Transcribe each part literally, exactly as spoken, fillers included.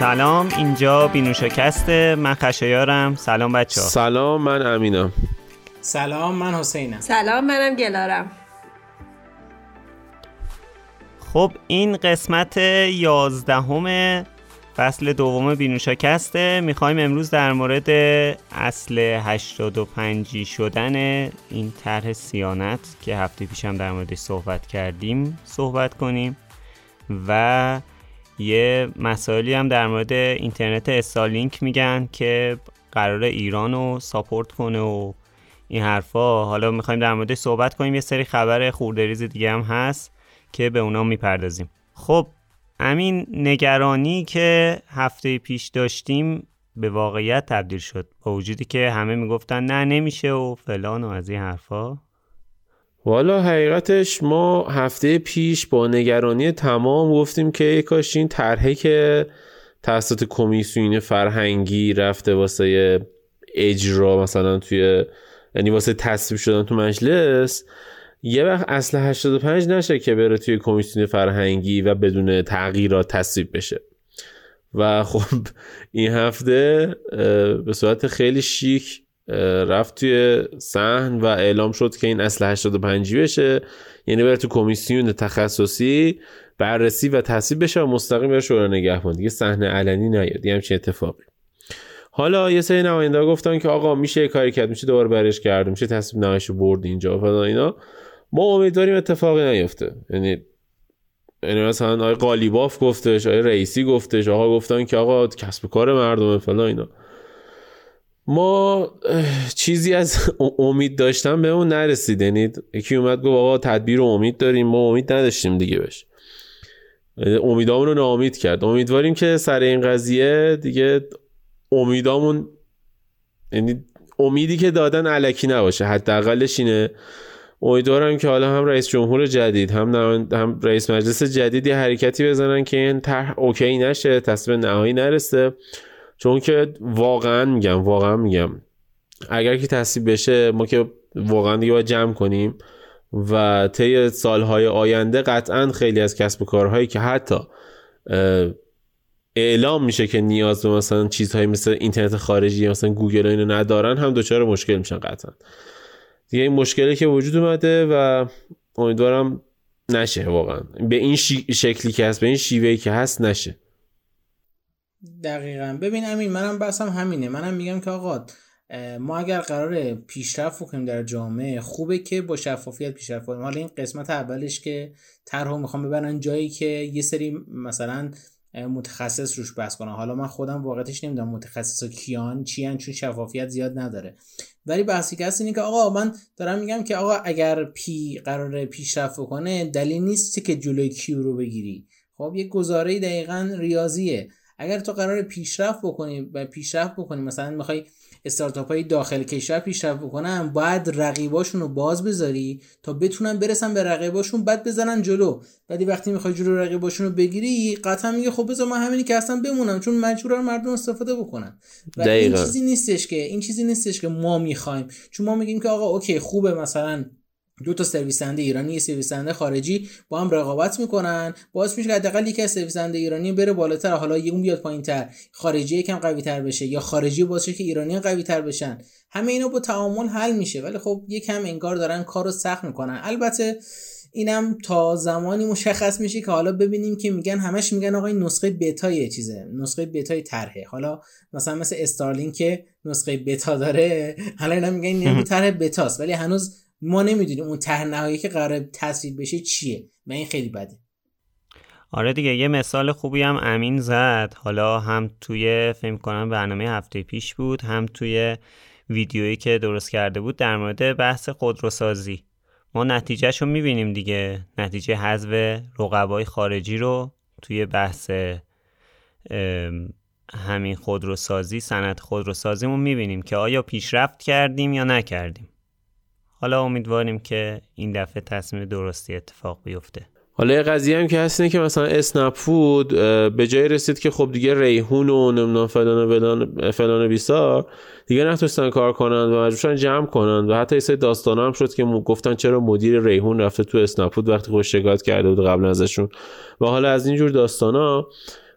سلام، اینجا بینوشاکسته. من خشایارم. سلام بچه ها. سلام، من امینم. سلام، من حسینم. سلام، منم گلارم. خب این قسمت یازدهم فصل دوم بینوشاکسته. میخوایم امروز در مورد اصل هشتاد و پنج شدن این طرح صیانت که هفته پیشم در موردش صحبت کردیم صحبت کنیم و یه مسائلی هم در مورد اینترنت استارلینک میگن که قراره ایران رو ساپورت کنه و این حرفا. حالا میخوایم در موردش صحبت کنیم. یه سری خبر خورده‌ریز دیگه هم هست که به اونا میپردازیم. خب همین نگرانی که هفته پیش داشتیم به واقعیت تبدیل شد، با وجودی که همه میگفتن نه نمیشه و فلان و از این حرفا. والا حقیقتش ما هفته پیش با نگرانی تمام گفتیم که کاش این طرحی که توسط کمیسیون فرهنگی رفته واسه اجرا مثلا توی یعنی واسه تصویب شدن تو مجلس، یه وقت اصل هشتاد و پنج نشه که بره توی کمیسیون فرهنگی و بدون تغییرات تصویب بشه. و خب این هفته به صورت خیلی شیک رفت توی صحن و اعلام شد که این اصل هشتاد و پنج بشه، یعنی بره تو کمیسیون تخصصی بررسی و تصویب بشه و مستقیم بره شورای نگهبان، دیگه صحنه علنی نیاد. یه همچین اتفاقی. حالا یه سری نماینده گفتن که آقا میشه یه کاری کرد، میشه دوباره برش کرد، میشه تصویب نهاییشو برد اینجا فلان اینا. ما امیدواریم اتفاقی نیفته. یعنی یعنی مثلا آقای قالیباف گفتش، آقای رئیسی گفتش، آقا گفتن که آقا کسب کار مردمه فلان اینا. ما چیزی از امید داشتن به اون نرسید. یعنی یکی اومد گفت آقا تدبیر و امید داریم، ما امید نداشتیم دیگه بهش. امیدامون رو ناامید کرد. امیدواریم که سر این قضیه دیگه امیدامون، یعنی امیدی که دادن الکی نباشه، حداقلش اینه. امیدوارم که حالا هم رئیس جمهور جدید هم هم رئیس مجلس جدید یه حرکتی بزنن که این طرح اوکی نشه، تصویب نهایی نرسه. چون که واقعا میگم واقعا میگم اگر که تصویب بشه ما که واقعا دیگه باید جمع کنیم و طی سالهای آینده قطعا خیلی از کسب و کارهایی که حتی اعلام میشه که نیاز به مثلا چیزهایی مثل اینترنت خارجی مثلا گوگل و اینو ندارن هم دچار مشکل میشن. قطعا دیگه این مشکلی که وجود اومده و امیدوارم نشه، واقعا به این شکلی که هست، به این شیوهی که هست نشه. دقیقاً. ببین امین، منم بحثم همینه. منم میگم که آقا ما اگر قراره پیشرفت کنیم در جامعه، خوبه که با شفافیت پیشرفت کنیم. حالا این قسمت اولش که طرحو میخوام ببرن جایی که یه سری مثلا متخصص روش بحث کنن. حالا من خودم واقعیتش نمیدونم متخصصا کیان چیان، چون شفافیت زیاد نداره. ولی بحثی که هست اینه که آقا من دارم میگم که آقا اگر پی قراره پیشرفت کنه، دلیل نیست که جلوی کیو رو بگیری. خب یه گزاره دقیقاً ریاضیه. اگر تو قراره پیشرفت بکنی و پیشرفت بکنی مثلا میخوای استارتاپ های داخل کشور پیشرفت بکنن، باید رقیباشون رو باز بذاری تا بتونن برسن به رقیباشون، بعد بزنن جلو. بعدی وقتی میخوای جلو رقیباشون رو بگیری، قطعا میگه خب بذار من همینی که هستم بمونم، چون مجبورن مردم استفاده بکنن. و این چیزی نیستش که این چیزی نیستش که ما میخوایم. چون ما میگیم که آقا اوکی خوبه مثلا دو تا سرویس دهنده ایرانی یه سرویس دهنده خارجی با هم رقابت میکنن، باعث میشه که حداقل یکی از سرویس دهنده ایرانی بره بالاتر، حالا یه اون بیاد پایینتر، خارجی یکم قوی تر بشه، یا خارجی باعث شه که ایرانی قوی تر بشن. همه اینا با تعامل حل میشه. ولی خب یکم انگار دارن کارو سخت میکنن. البته اینم تا زمانی مشخص میشه که حالا ببینیم که میگن همش میگن آقا این نسخه بتای چیزه، نسخه بتای طرحه. حالا مثلا مثل استارلینک که نسخه بتا داره، حالا اینا میگن این طرح بتاست، ولی هنوز ما نمیدونیم اون طرح نهایی که قراره تصویب بشه چیه و این خیلی بده. آره دیگه، یه مثال خوبی هم امین زد. حالا هم توی فیلم کنم برنامه هفته پیش بود، هم توی ویدیویی که درست کرده بود در مورد بحث خودروسازی. ما نتیجهشو میبینیم دیگه، نتیجه حذف رقبای خارجی رو توی بحث همین خودروسازی، صنعت خودروسازیمون میبینیم که آیا پیشرفت کردیم یا نکردیم. حالا امیدواریم که این دفعه تصمیم درستی اتفاق بیفته. حالا یه قضیه هم که هست اینه که مثلا اسنپ فود به جای رسید که خب دیگه ریحون و نمیدونم فلان و فلان و بیسار دیگه نتونستن کار کنن و مجبورن جمع کنن و حتی یه سری داستانا هم شد که گفتن چرا مدیر ریحون رفته تو اسنپ فود وقتی خودش شکایت کرده بود قبل ازشون و حالا از این جور داستانا.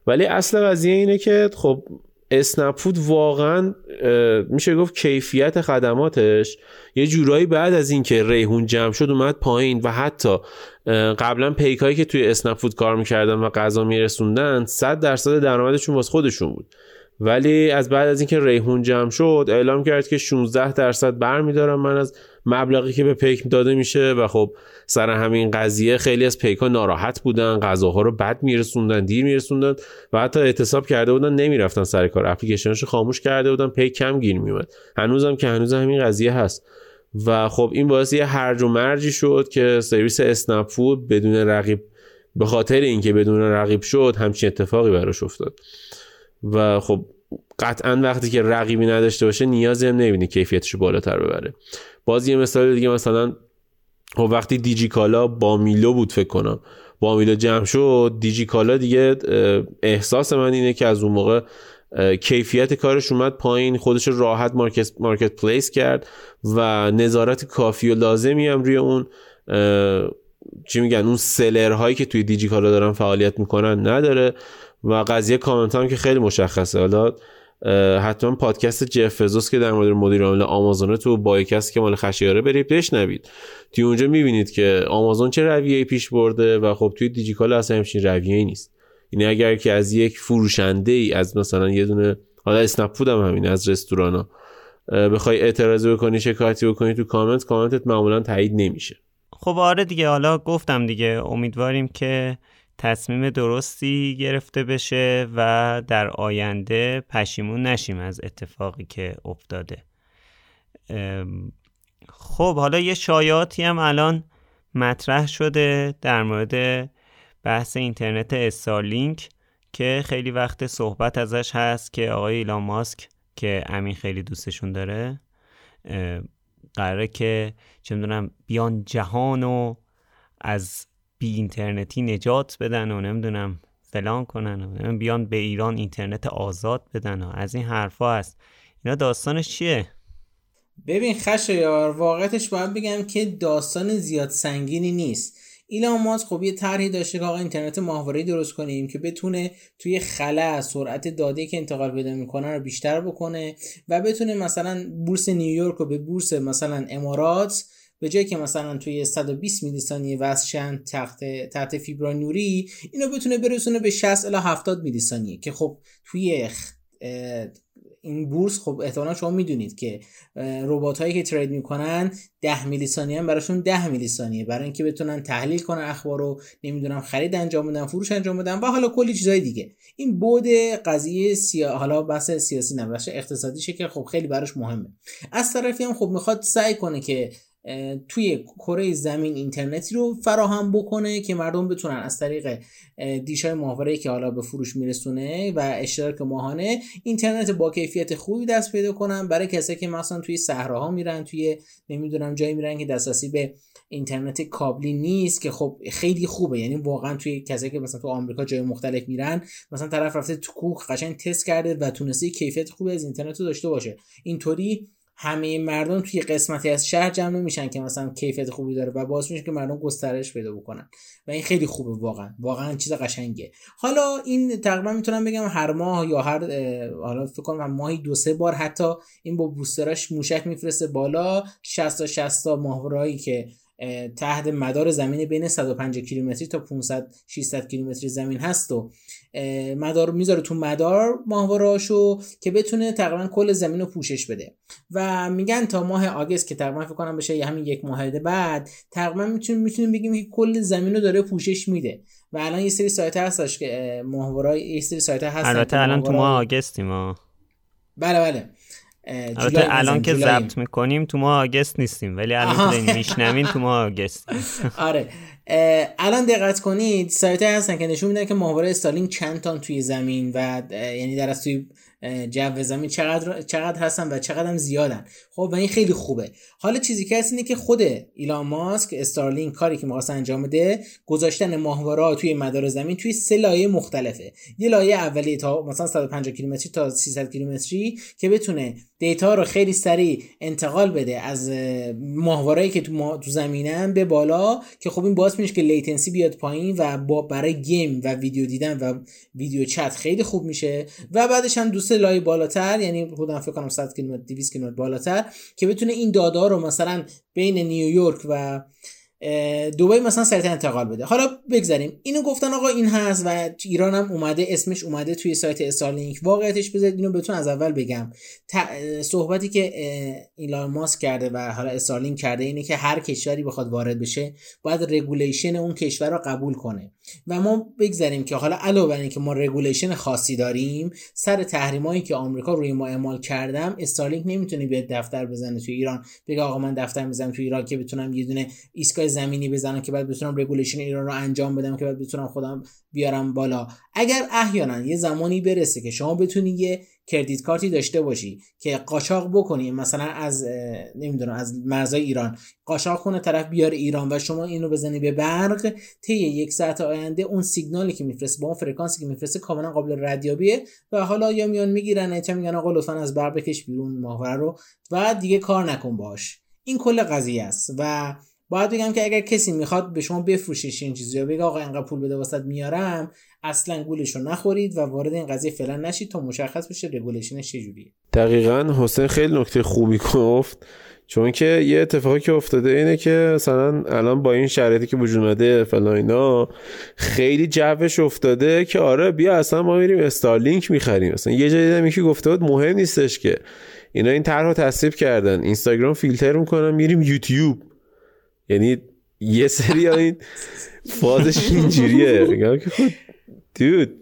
ولی اصل قضیه اینه که خب اسنپ فود واقعا میشه گفت کیفیت خدماتش یه جورایی بعد از این که ریحون جمع شد اومد پایین و حتی قبلا پیکایی که توی اسنپ فود کار میکردن و غذا میرسوندن صد درصد درآمدشون واسه خودشون بود، ولی از بعد از اینکه ریحون جمع شد اعلام کرد که شانزده درصد برمیدارم من از مبلغی که به پیک داده میشه و خب سر همین قضیه خیلی از پیکا ناراحت بودن، غذاها رو بد میرسوندن، دیر میرسوندن و حتی اعتصاب کرده بودن نمیرفتن سر کار، اپلیکیشنشو خاموش کرده بودن، پیک کم گیر میومد. هنوزم که هنوز همین قضیه هست و خب این باعث یه هرج و مرجی شد که سرویس اسنپ فود بدون رقیب، به خاطر اینکه بدون رقیب شد همچین اتفاقی براش افتاد و خب قطعا وقتی که رقیبی نداشته باشه نیازی هم نمیبینه کیفیتشو بالاتر ببره. باز یه مثال دیگه مثلا خب وقتی دیجی کالا با میلو بود فکر کنم با میلو جمع شد، دیجی کالا دیگه احساس من اینه که از اون موقع کیفیت کارش اومد پایین، خودش راحت مارکت مارکت پلیس کرد و نظارت کافی و لازمی هم روی اون چی میگن اون سلر هایی که توی دیجی کالا دارن فعالیت میکنن نداره و قضیه کامنت هم که خیلی مشخصه. حالا حتما پادکست جف بزوس که در مورد مدیر عامل آمازون تو بایکست که مال خشیاره برید بشنوید، توی اونجا میبینید که آمازون چه رویه‌ای پیش برده و خب توی دیجیکالا اصلا همچین رویه‌ای نیست. یعنی اگر که از یک فروشنده ای از مثلا یه دونه، حالا اسنپ فود هم همین، از رستورانا بخوای اعتراضی بکنی شکایتی بکنی تو کامنت، کامنتت معمولا تایید نمیشه. خب آره دیگه، حالا گفتم دیگه امیدواریم که تصمیم درستی گرفته بشه و در آینده پشیمون نشیم از اتفاقی که افتاده. خب حالا یه شایعاتی هم الان مطرح شده در مورد بحث اینترنت استارلینک که خیلی وقت صحبت ازش هست که آقای ایلان ماسک که امین خیلی دوستشون داره قراره که چه میدونم بیان جهانو از بی اینترنتی نجات بدن و نمیدونم فلان کنن و بیان به ایران اینترنت آزاد بدن و از این حرفا هست. اینا داستانش چیه؟ ببین خشایار، واقعیتش باید بگم که داستان زیاد سنگینی نیست. ایلان ماسک خب یه طرحی داشته که آقا اینترنت ماهواره‌ای درست کنیم که بتونه توی خلا سرعت داده‌ای که انتقال پیدا میکنه رو بیشتر بکنه و بتونه مثلا بورس نیویورک رو به بورس مثلا امارات به جایی که مثلا توی صد و بیست میلی ثانیه وصل شن تحت تحت فیبر نوری، اینو بتونه برسونه به شصت الی هفتاد میلی ثانیه که خب توی این بورس خب احتمالاً شما میدونید که رباتایی که ترید میکنن ده میلی ثانیه هم براشون ده میلی ثانیه برای اینکه بتونن تحلیل کنن اخبار رو، نمیدونم خرید انجام بدن، فروش انجام بدن و حالا کلی چیزای دیگه. این بود قضیه سیا... حالا بحث سیاسی نه، بحث اقتصادیشه که خب خیلی براش مهمه. از طرفی هم خب میخواد سعی کنه که توی کره زمین اینترنتی رو فراهم بکنه که مردم بتونن از طریق دیشای ماهواره‌ای که حالا به فروش میرسونه و اشتراک ماهانه اینترنت با کیفیت خوبی دست پیدا کنن برای کسایی که مثلا توی صحراها میرن، توی نمیدونم جایی میرن که دسترسی به اینترنت کابلی نیست که خب خیلی خوبه. یعنی واقعا توی کسایی که مثلا تو آمریکا جای مختلف میرن، مثلا طرف رفته تو کوه قشنگ تست کرده و تونسته کیفیت خوبی از اینترنت رو داشته باشه. اینطوری همه مردم توی قسمتی از شهر جمع نمیشن که مثلا کیفیت خوبی داره و باعث میشه که مردم گسترش پیدا بکنن و این خیلی خوبه، واقعا واقعا چیز قشنگه. حالا این تقریبا میتونم بگم هر ماه یا هر حالا فکر کنم ماهی دو سه بار حتی این با بوستراش موشک میفرسته بالا، شصت تا شصت تا ماهواره‌ای که تحت مدار زمین بین صد و پنجاه کیلومتری تا پانصد ششصد کیلومتری زمین هست و مدار میذاره تو مدار ماهواره‌اشو که بتونه تقریبا کل زمین رو پوشش بده و میگن تا ماه آگوست که تقریبا فکر کنم بشه همین یک ماه بعد تقریبا میتونیم میتونیم بگیم که کل زمین رو داره پوشش میده. و الان یه سری سایت هستش که ماهواره یه سری سایت هستن البته الان تو ماه آگوستیم ما. بله بله البته الان که ضبط میکنیم تو ماه آگوست نیستیم، ولی الان که میشنوین تو ماه آگوست. آره الان دقت کنید سایت هستن که نشون میدن که ماهواره استارلینک چند تن توی زمین و یعنی در از توی جو زمین چقدر چقدر هستن و چقدر هم زیادن. خب و این خیلی خوبه. حالا چیزی که هست اینه که خود ایلان ماسک استارلینک کاری که می‌خواد انجام بده گذاشتن ماهواره‌ها توی مدار زمین توی سه لایه مختلفه. یه لایه اولیه تا مثلا صد و پنجاه کیلومتری تا سیصد کیلومتری که بتونه دیتا رو خیلی سریع انتقال بده از ماهواره‌ای که تو, ما... تو زمینن به بالا، که خب این باعث میشه که لیتنسی بیاد پایین و با برای گیم و ویدیو دیدن و ویدیو چت خیلی خوب میشه. و بعدش هم دوست لایه بالاتر، یعنی حدودا فکر کنم صد کیلومتر دویست کیلومتر بالاتر، که بتونه این دادا رو مثلا بین نیویورک و دبی مثلا سریع انتقال بده. حالا بگذاریم اینو گفتن آقا این هست و ایران هم اومده اسمش اومده توی سایت استارلینک. واقعیتش بذارید اینو بهتون از اول بگم، صحبتی که ایلان ماسک کرده و حالا استارلینک کرده اینه که هر کشوری بخواد وارد بشه باید رگولیشن اون کشور رو قبول کنه و ما بگذاریم که حالا علاوه بر اینکه ما رگولیشن خاصی داریم سر تحریمایی که آمریکا روی ما اعمال کردم، استارلینک نمیتونه بیاد دفتر بزنه توی ایران بگه آقا من دفتر میزنم توی ایران که بتونم یه دونه ایستگاه زمینی بزنم که بعد بتونم رگولیشن ایران رو انجام بدم که بعد بتونم خودم بیارم بالا. اگر احیانا یه زمانی برسه که شما بتونی یه کردیت کارتی داشته باشی که قاچاق بکنی، مثلا از نمیدونم از مرزای ایران قاچاق کنه طرف بیاره ایران و شما اینو بزنی به برق، طی یک ساعت آینده اون سیگنالی که میفرسته با اون فرکانسی که میفرسته کاملا قابل ردیابیه و حالا یا میان میگیرن یا میگن آقا لطفا از برق بکش بیرون ماهواره رو و دیگه کار نکن باش. این کل قضیه است و باید بگم که اگر کسی میخواد به شما بفروشش این چیزی یا بگه آقا اینقدر پول بده واسط میارم، اصلا گولشو نخورید و وارد این قضیه فعلا نشید تا مشخص بشه رگولیشنش چجوریه. دقیقاً حسین خیلی نکته خوبی گفت، چون که یه اتفاقی که افتاده اینه که مثلا الان با این شرایطی که وجود اومده فلان اینا خیلی جوش افتاده که آره بیا اصلا ما میریم استارلینک میخریم. مثلا یه جایی دیدم یکی گفته بود مهم نیستش که اینا این طرحو تصویب کردن، اینستاگرام فیلتر میکنن میریم یوتیوب. یعنی یه سری این فازش اینجوریه. میگم که خود دود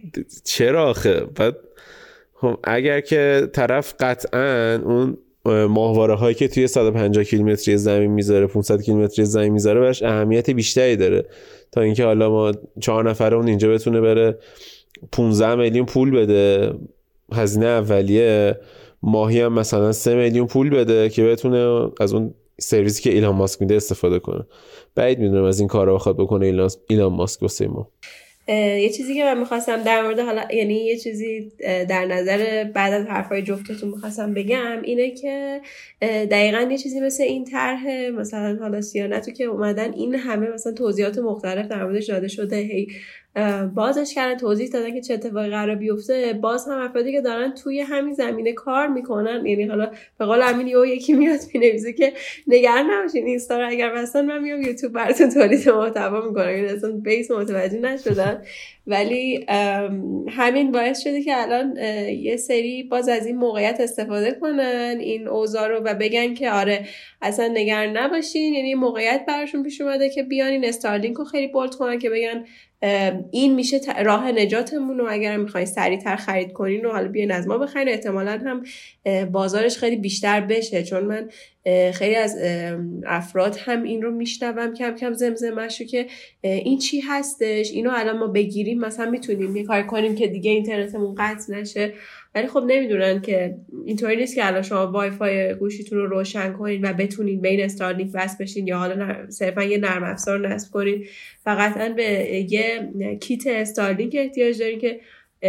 چرا آخه؟ بعد خب اگر که طرف قطعاً اون ماهواره هایی که توی صد و پنجاه کیلومتری زمین میذاره پانصد کیلومتری زمین میذاره براش اهمیت بیشتری داره تا اینکه حالا ما چهار نفرمون اینجا بتونه بره پانزده میلیون پول بده هزینه اولیه، ماهی هم مثلا سه میلیون پول بده که بتونه از اون سرویسی که ایلان ماسک میده استفاده کنه. بعید میدونم از این کارا بخواد بکنه ایلان ایلان ماسک واسه ما. یه چیزی که من میخواستم در مورد حالا یعنی یه چیزی در نظر بعد از حرفای جفتتون میخواستم بگم اینه که دقیقاً یه چیزی مثل این طرح مثلا حالا سیانتو که اومدن این همه مثلا توضیحات مختلف در موردش داده شده، هی بازش کردن توضیح دادن که چه اتفاقی قرار بیفته، باز هم افرادی که دارن توی همین زمینه کار میکنن، یعنی حالا به قول امین یو یکی میاد مینویسه که نگران نباشین اینستا رو اگر مثلا من میام یوتیوب براتون تولید محتوا میکنم، یعنی اصلا بیس متوجه نشدن، ولی همین باعث شده که الان یه سری باز از این موقعیت استفاده کنن این اوضاع رو و بگن که آره اصلا نگران نباشین، یعنی موقعیت براشون پیش اومده که بیان این استارلینک رو خیلی بولد کنن که بگن این میشه راه نجاتمون و اگر میخواین سریعتر خرید کنین و حالا بیاین از ما بخرین، احتمالاً هم بازارش خیلی بیشتر بشه. چون من خیلی از افراد هم این رو میشنوم کم کم زمزمه‌شو که این چی هستش، اینو الان ما بگیریم مثلا میتونیم یه کار کنیم که دیگه اینترنتمون قطع نشه، ولی خب نمیدونن که اینطوری نیست که الان شما وای فای گوشیتون رو روشن کنین و بتونین بین استارلینک وصل بشین یا حالا صرفا یه نرم افزار نصب کنین، فقط به یه کیت استارلینک احتیاج دارین که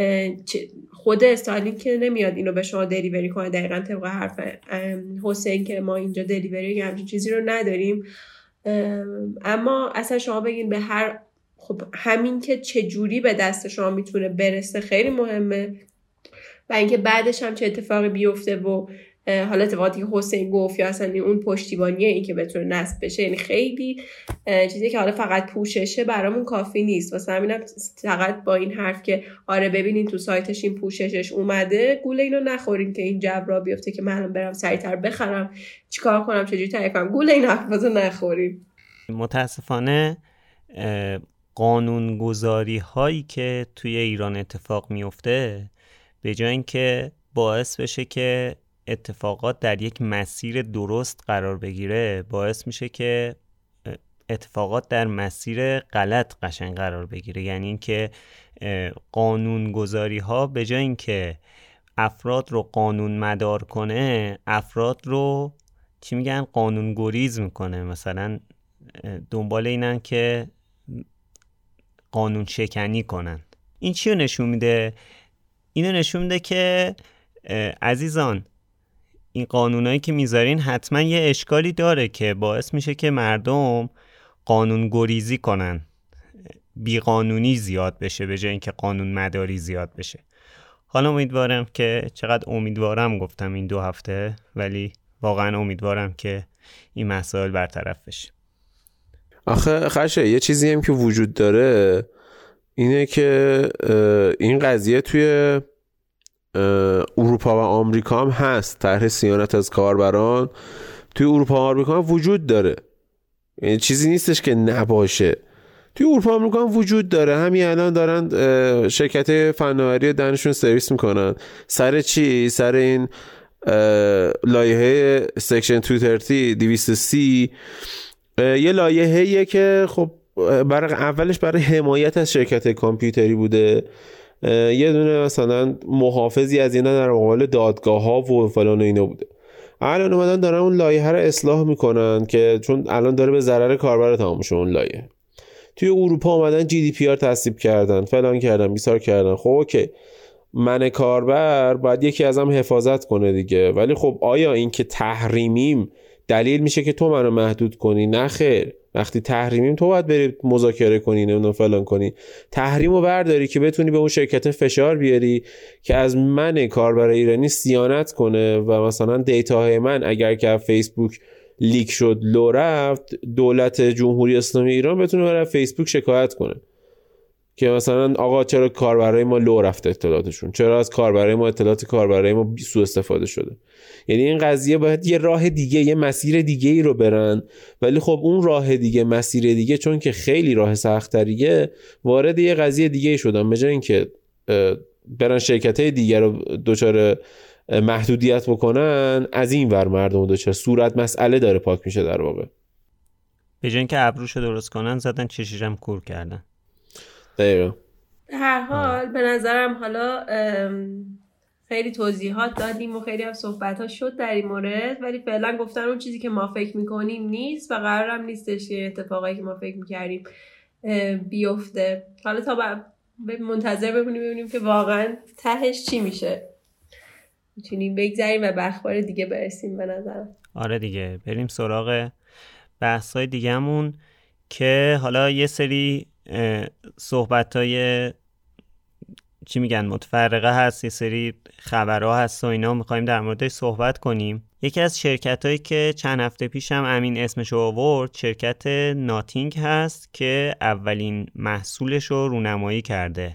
خود استارلینک که نمیاد اینو به شما دلیوری کنه. دقیقاً طبق حرف حسین که ما اینجا دلیوری یا همچین چیزی رو نداریم، اما اصلا شما بگین به هر خب همین که چه جوری به دست شما میتونه برسه خیلی مهمه و اینکه بعدش هم چه اتفاقی بیفته و حالا اتفاقاتی که حسین گفت یا اصلا اون پشتیبانیه این که بتونه نصب بشه، یعنی خیلی چیزی که حالا فقط پوششه برامون کافی نیست. واسه همینم فقط با این حرف که آره ببینین تو سایتش این پوششش اومده گول اینو نخورین که این جو را بیفته که من برم سریعتر بخرم چیکار کنم چجوری تعریف کنم، گول این حرفاتو نخورین. متاسفانه قانونگذاری هایی که توی ایران اتفاق میفته به جای اینکه باعث بشه که اتفاقات در یک مسیر درست قرار بگیره، باعث میشه که اتفاقات در مسیر غلط قشنگ قرار بگیره. یعنی اینکه قانونگذاری ها به جای اینکه افراد رو قانون مدار کنه، افراد رو چی میگن قانون گریز میکنه، مثلا دنبال اینن که قانون شکنی کنن. این چی رو نشون میده؟ اینو نشون میده که عزیزان این قانونایی که میذارین حتما یه اشکالی داره که باعث میشه که مردم قانون گریزی کنن، بیقانونی زیاد بشه به جای اینکه قانون مداری زیاد بشه. حالا امیدوارم که چقدر امیدوارم گفتم این دو هفته، ولی واقعا امیدوارم که این مسائل برطرف بشه. آخه خشه یه چیزی هم که وجود داره اینه که این قضیه توی اروپا و آمریکا هم هست. طرح صیانت از کاربران توی اروپا و آمریکا هم وجود داره، یعنی چیزی نیستش که نباشه. توی اروپا و آمریکا هم وجود داره. همین الان دارن شرکت فناوری دانشون سرویس میکنن سر چی؟ سر این لایحه سکشن دویست و سی. یه لایحه‌ایه که خب برای اولش برای حمایت از شرکت کامپیوتری بوده، یه دونه مثلا محافظی از اینا در مقابل دادگاه ها و فلان و اینا بوده. الان اومدن دارن اون لایحه رو اصلاح میکنن که چون الان داره به ضرر کاربر تمام میشه اون لایحه. توی اروپا اومدن جی دی پی آر تصویب کردن، فلان کردن، بیسار کردن. خب اوکی، من کاربر باید یکی ازم حفاظت کنه دیگه، ولی خب آیا این که تحریمیم دلیل میشه که تو منو محدود کنی؟ نه خیر. وقتی تحریمیم تو باید بری مذاکره کنی، نمیدونم فلان کنی، تحریمو برداری که بتونی به اون شرکت فشار بیاری که از من کاربر ایرانی صیانت کنه و مثلا دیتاهای من اگر که فیسبوک لیک شد لو رفت، دولت جمهوری اسلامی ایران بتونه برای فیسبوک شکایت کنه که مثلا آقا چرا کاربرای ما لو رفته اطلاعاتشون، چرا از کاربرای ما اطلاعات کاربرای ما سوء استفاده شده. یعنی این قضیه باید یه راه دیگه، یه مسیر دیگه ای رو برن، ولی خب اون راه دیگه، مسیر دیگه چون که خیلی راه سخت‌تریه، وارد یه قضیه دیگه ای شدن. به جای اینکه برن شرکت‌های دیگه رو دچار محدودیت بکنن، از این ور مردم دچار صورت مسئله داره پاک میشه در واقع. به جای اینکه ابروشو درست کنن زدن چشیشم کور کردن. دقیقا. هر حال به نظرم حالا خیلی توضیحات دادیم و خیلی هم صحبت ها شد در این مورد، ولی فعلا گفتن اون چیزی که ما فکر میکنیم نیست و قرارم نیستش که اتفاقایی که ما فکر میکردیم بیفته. حالا تا منتظر بمونیم ببینیم که واقعا تهش چی میشه، میتونیم بگذاریم و به اخبار دیگه برسیم به نظرم. آره دیگه، بریم سراغ بحثای دیگه‌مون که حالا یه سری صحبتای چی میگن متفرقه هست، یه سری خبرها هست و اینا میخوایم در موردش صحبت کنیم. یکی از شرکتایی که چند هفته پیش هم امین اسمش رو آورد شرکت ناتینگ هست که اولین محصولش رو رونمایی کرده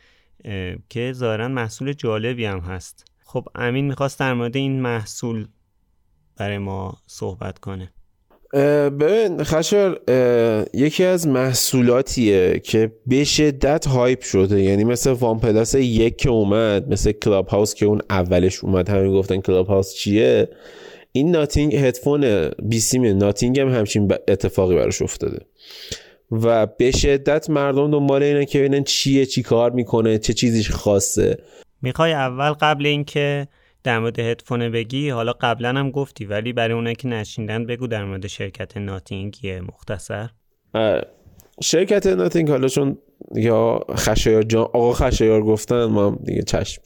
که ظاهراً محصول جالبی هم هست. خب امین میخواست در مورد این محصول برای ما صحبت کنه. ببین خشر، یکی از محصولاتیه که به شدت هایپ شده، یعنی مثل وان پلاس یک که اومد، مثل کلاب هاوس که اون اولش اومد همین گفتن کلاب هاوس چیه، این ناتینگ هدفون بیسیم ناتینگ هم همچین اتفاقی براش افتاده و به شدت مردم دنبال اینه که ببینن چیه، چی کار میکنه، چه چیزیش خاصه. میخوای اول قبل این که در مورد هدفون بگی، حالا قبلا هم گفتی ولی برای اونایی که نشیندن بگو در مورد شرکت ناتینگ مختصر. شرکت ناتینگ حالا چون یا خشایار جان آقا خشایار گفتن ما هم دیگه چشم.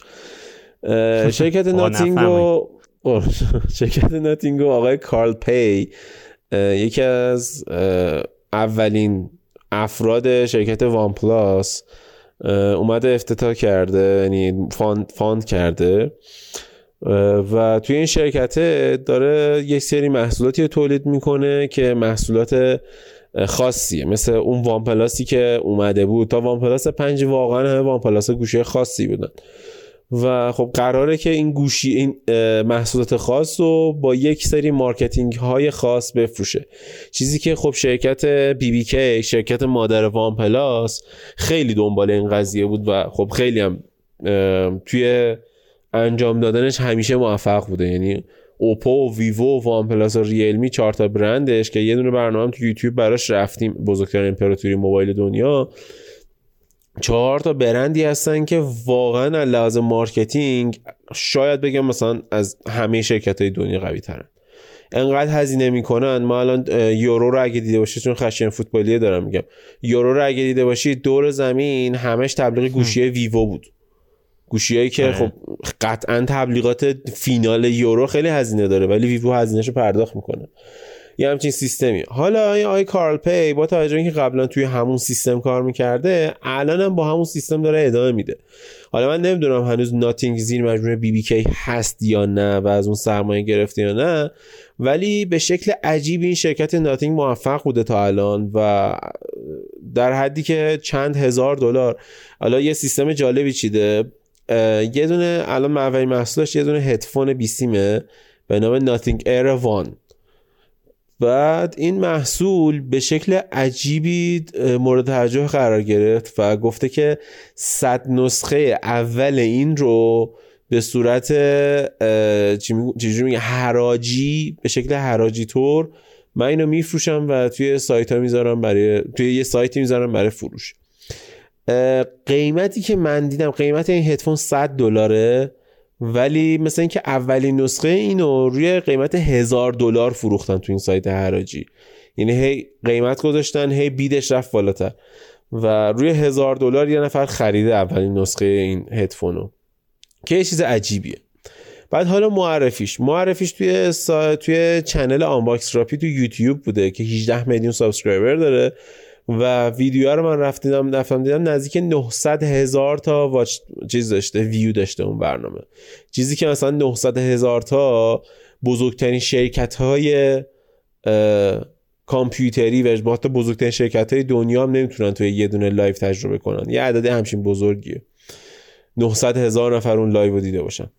شرکت ناتینگو شرکت ناتینگو آقای کارل پی یکی از اولین افراد شرکت وان پلاس اومده افتتاح کرده، یعنی فاند, فاند کرده و توی این شرکت داره یک سری محصولاتی تولید میکنه که محصولات خاصیه، مثل اون وان پلاسی که اومده بود. تا وان پلاس پنج واقعا همه وان پلاس گوشی خاصی بودن و خب قراره که این گوشی این محصولات خاص رو با یک سری مارکتینگ های خاص بفروشه، چیزی که خب شرکت بی بی کی، شرکت مادر وان پلاس، خیلی دنبال این قضیه بود و خب خیلی هم توی انجام دادنش همیشه موفق بوده. یعنی اوپو و ویوو و وان پلاس و ریلمی چهار تا برندش که یه دونه برنامه هم تو یوتیوب براش رفتیم، بزرگترین امپراتوری موبایل دنیا، چهار تا برندی هستن که واقعا از لحاظ مارکتینگ شاید بگم مثلا از همه شرکت‌های دنیا قوی ترن. انقدر هزینه میکنن. ما الان یورو رو اگه دیده باشید، چون خشن فوتبالیه دارم میگم، یورو رو اگه دیده باشید دور زمین همش تبلیغ گوشی ویوو بود، گوشیایی که خب قطعا تبلیغات فینال یورو خیلی هزینه داره ولی ویوو هزینه‌شو پرداخت میکنه. یه همچین سیستمی. حالا این آی کارل پی با توجه اینکه قبلا توی همون سیستم کار میکرده، الان هم با همون سیستم داره ادامه میده. حالا من نمیدونم هنوز ناتینگ زیر مجموعه بی بی کی هست یا نه و از اون سرمایه گرفته یا نه، ولی به شکل عجیبی این شرکت ناتینگ موفق بوده تا الان و در حدی که چند هزار دلار. حالا یه سیستم جالبی چیده، یه دونه الان معوی محصولش یه دونه هدفون بیسیمه به نام ناتینگ ایر وان. بعد این محصول به شکل عجیبی مورد توجه قرار گرفت و گفته که صد نسخه اول این رو به صورت چی میگه حراجی، به شکل حراجی طور من اینو میفروشم و توی سایت ها میذارم برای توی یه سایتی میذارم برای فروش. قیمتی که من دیدم قیمت این هدفون صد دلاره، ولی مثلا اینکه اولین نسخه اینو روی قیمت هزار دلار فروختن تو این سایت حراجی. یعنی هی قیمت گذاشتن، هی بیدش رفت بالاتر و روی هزار دلار یه نفر خریده اولین نسخه این هدفونو که یه چیز عجیبیه. بعد حالا معرفیش معرفیش توی سا... توی چنل آنباکس راپی تو یوتیوب بوده که هجده میلیون سابسکرایبر داره و ویدیوها رو من رفتم رفتم دیدم نزدیک نهصد هزار تا واچ چیز داشته، ویو داشته اون برنامه. چیزی که مثلا نهصد هزار تا بزرگترین شرکت‌های کامپیوتری و حتی بزرگترین شرکت‌های دنیا هم نمیتونن توی یه دونه لایو تجربه کنن. یه عدد همچین بزرگیه، نهصد هزار نفر اون لایو رو دیده باشن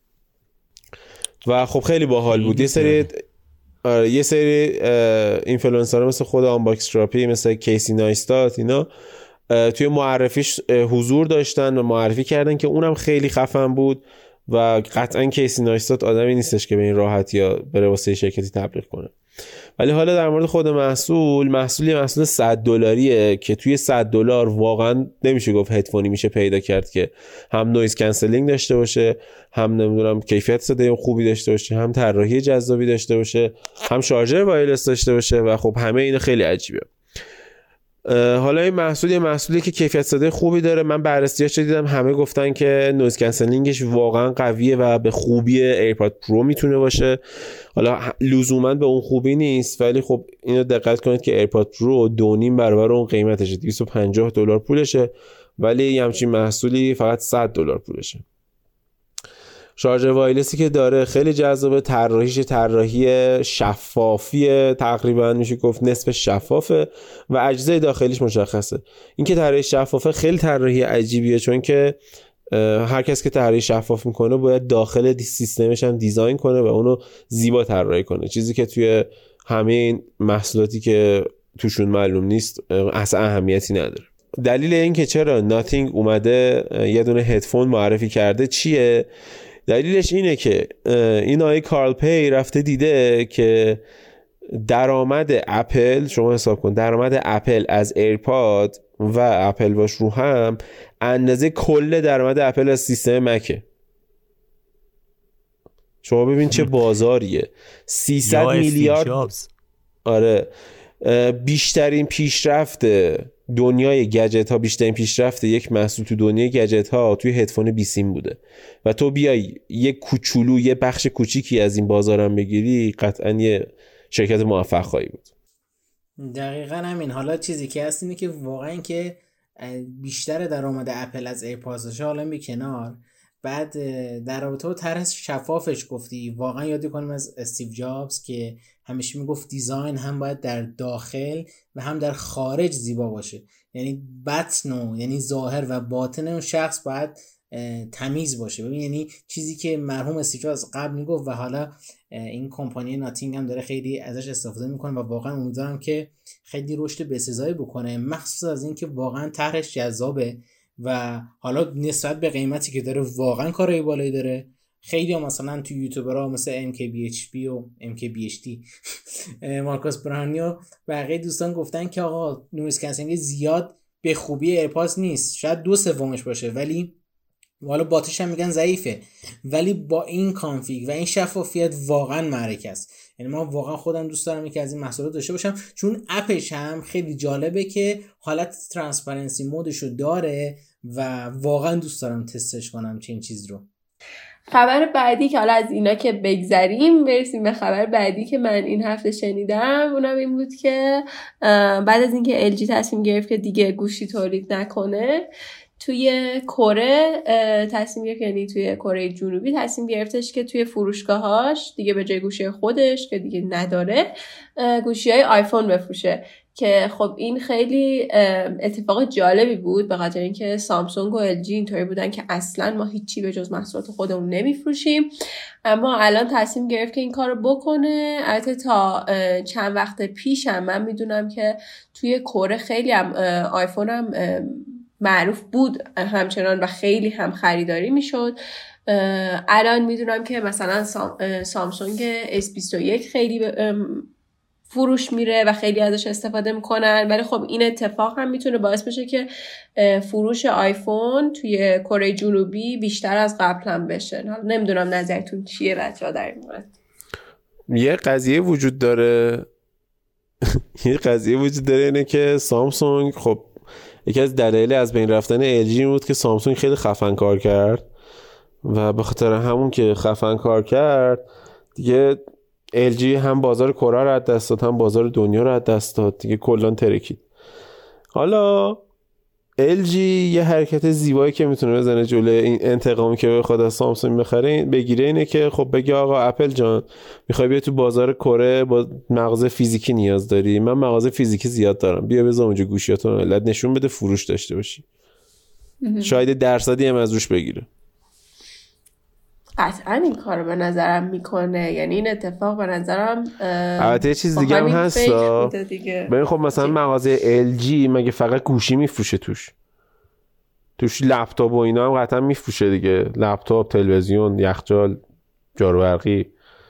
و خب خیلی باحال بود. یه سری آره یه سری اینفلوئنسرها مثل خود آنباکس تراپی، مثل کیسی نایستات، اینا توی معرفیش حضور داشتن و معرفی کردن که اونم خیلی خفن بود و قطعا کیسی نایستات آدمی نیستش که به این راحتی یا بره واسه شرکتی تبلیغ کنه. ولی حالا در مورد خود محصول، محصولی محصول صد دلاریه که توی صد دلار واقعا نمیشه گفت هدفونی میشه پیدا کرد که هم نویز کنسلینگ داشته باشه، هم نمیدونم کیفیت صدای خوبی داشته باشه، هم طراحی جذابی داشته باشه، هم شارژر وایرلس داشته باشه و خب همه اینا خیلی عجیبه. حالا این محصول یه محصولی که کیفیت صدای خوبی داره. من بررسی‌هاش دیدم همه گفتن که نویز کنسلینگش واقعا قویه و به خوبی ایرپاد پرو میتونه باشه. حالا لزوما به اون خوبی نیست ولی خب اینو دقت کنید که ایرپاد پرو دو نیم برابر اون قیمتشه، دویست و پنجاه دلار پولشه، ولی همچین محصولی فقط صد دلار پولشه. شارژر وایرلسی که داره خیلی جذابه، طراحیش طراحی شفافیه، تقریبا میشه گفت نصف شفافه و اجزای داخلیش مشخصه. این که طراحی شفافه خیلی طراحی عجیبیه، چون که هر کس که طراحی شفاف میکنه باید داخل سیستمش هم دیزاین کنه و اونو زیبا طراحی کنه، چیزی که توی همه این محصولاتی که توشون معلوم نیست اصلا اهمیتی نداره. دلیل این که چرا ناتینگ اومده یه دونه هدفون معرفی کرده چیه؟ دلیلش اینه که این آقای کارل پی رفته دیده که درآمد اپل، شما حساب کن درآمد اپل از ایرپاد و اپل واچ رو هم اندازه کل درآمد اپل از سیستم مکه. شما ببین چه بازاریه، سیصد میلیارد. آره بیشترین پیشرفت دنیای گجت ها، بیشترین پیشرفت یک محصول تو دنیای گجت ها توی هدفون بیسیم بوده و تو بیای یک کوچولو یه بخش کوچیکی از این بازارم بگیری، قطعا یه شرکت موفق خواهی بود. دقیقاً همین. حالا چیزی که هست اینه که واقعا که بیشتر درآمد اپل از ایرپادش حالا می کنار، بعد در رابطه با طرح شفافش گفتی، واقعا یاد کنیم از استیو جابز که همیشه میگفت دیزاین هم باید در داخل و هم در خارج زیبا باشه، یعنی بطن و یعنی ظاهر و باطن اون شخص باید تمیز باشه. ببین یعنی چیزی که مرحوم استیو جابز از قبل میگفت و حالا این کمپانی ناتینگ هم داره خیلی ازش استفاده میکنه و واقعا امیدوارم که خیلی رشد بسزایی بکنه، مخصوصا از این که واقعا طرحش جذابه و حالا نسبت به قیمتی که داره واقعا کارهای بالایی داره. خیلی هم مثلا تو یوتیوبرها مثل ام کی بی اچ پی و ام کی بی اچ تی مارکوس برانی و بقیه دوستان گفتن که آقا نویز کنسلینگ زیاد به خوبی ایرپاز نیست، شاید دو سومش باشه، ولی حالا باتریش هم میگن ضعیفه، ولی با این کانفیگ و این شفافیت واقعا معرکه است. یعنی من واقعا خودم دوست دارم یکی از این محصولات داشته باشم، چون اپش هم خیلی جالبه که حالت ترانسپرنسی مودشو داره و واقعا دوست دارم تستش کنم چه این چیز رو. خبر بعدی که حالا از اینا که بگذریم برسیم به خبر بعدی که من این هفته شنیدم، اونم این بود که بعد از اینکه ال جی تصمیم گرفت که دیگه گوشی تولید نکنه، توی کره تصمیم گرفت، یعنی توی کره جنوبی تصمیم گرفتش که توی فروشگاهاش دیگه به جای گوشی خودش که دیگه نداره گوشی های آیفون بفروشه، که خب این خیلی اتفاق جالبی بود به خاطر اینکه سامسونگ و ال جی اینطوری بودن که اصلا ما هیچی به جز محصولات خودمون نمیفروشیم، اما الان تصمیم گرفت که این کارو بکنه. البته تا چند وقت پیش هم من میدونم که توی کره خیلی هم آیفون هم معروف بود همچنان و خیلی هم خریداری میشد. الان میدونم که مثلا سامسونگ اس بیست و یک خیلی فروش میره و خیلی ازش استفاده میکنن، ولی خب این اتفاق هم میتونه باعث بشه که فروش آیفون توی کره جنوبی بیشتر از قبل هم بشه. حالا نمیدونم نظرتون چیه بچه‌ها در این مورد؟ یه قضیه وجود داره یه قضیه وجود داره اینه که سامسونگ، خب یکی از دلایل از بین رفتن ال جی بود که سامسونگ خیلی خفن کار کرد و به خاطر همون که خفن کار کرد دیگه ال جی هم بازار کره رو از دست داد هم بازار دنیا رو از دست داد، دیگه کلان ترکید. حالا ال جی یه حرکت زیبایی که میتونه بزنه جلوی این انتقامی که بخواد از سامسونگ بخره بگیره اینه که خب بگه آقا اپل جان میخوای بیا تو بازار کره با مغازه فیزیکی نیاز داری، من مغازه فیزیکی زیاد دارم، بیا بذار اونجا گوشیاتو ملت نشون بده فروش داشته باشی، شاید درصدی هم از روش بگیره. قطعا این کارو به نظرم میکنه، یعنی این اتفاق به نظرم البته یه چیز دیگه هم هست. ببین خب مثلا مغازه ال جی مگه فقط گوشی میفروشه؟ توش توش لپتاپ و اینا هم قطعا میفروشه دیگه، لپتاپ، تلویزیون، یخچال، جارو برقی.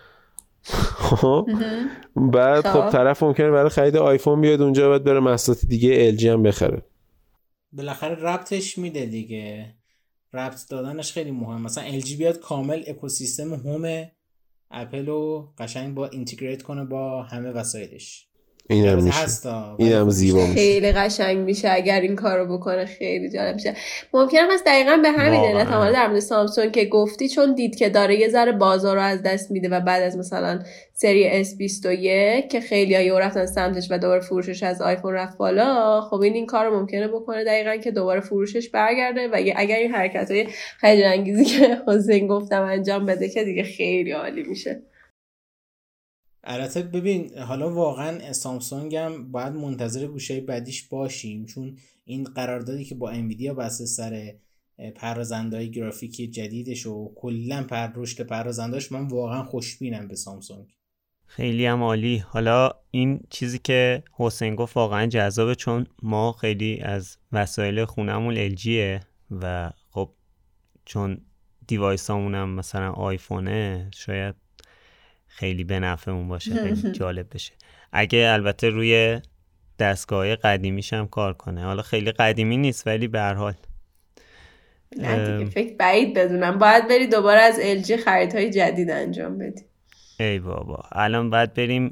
خب بعد خب طرف ممکنه برای خرید آیفون بیاد اونجا، بعد بره محصولات دیگه ال جی هم بخره. بالاخره ربطش میده دیگه، ربط دادنش خیلی مهم. مثلا ال جی بیاد کامل اکوسیستم هوم اپل رو قشنگ با اینتگریت کنه با همه وسایلش. اینم میشه، اینم زیبا میشه، خیلی قشنگ میشه اگر این کارو بکنه، خیلی جالب میشه. ممکنه پس دقیقاً به همین علت حالا در مورد سامسونگ که گفتی، چون دید که داره یه ذره بازار رو از دست میده و بعد از مثلا سری اس بیست و یک که خیلی‌ها یهو رفتن سمتش و دوباره فروشش از آیفون رفت بالا، خب این این کارو ممکنه بکنه دقیقاً که دوباره فروشش برگرده و اگر این حرکتای هیجان انگیزی که حسین گفتم انجام بده که دیگه خیلی عالی میشه. البته ببین حالا واقعا سامسونگ هم باید منتظر گوشای بعدیش باشیم، چون این قراردادی که با انویدیا بسته سر پردازنده‌های گرافیکی جدیدش و کلا پر رشد پردازنده‌اش، من واقعا خوشبینم به سامسونگ. خیلی هم عالی. حالا این چیزی که حسین گفت واقعا جذابه، چون ما خیلی از وسایل خونمون ال جیه و خب چون دیوایسامون هم مثلا آیفونه شاید خیلی به نفعمون باشه، خیلی جالب بشه اگه البته روی دستگاه قدیمیش هم کار کنه. حالا خیلی قدیمی نیست ولی به هر حال نه دیگه فکر بعید بدونم باید بری دوباره از ال جی خریدهای جدید انجام بدی. ای بابا الان باید بریم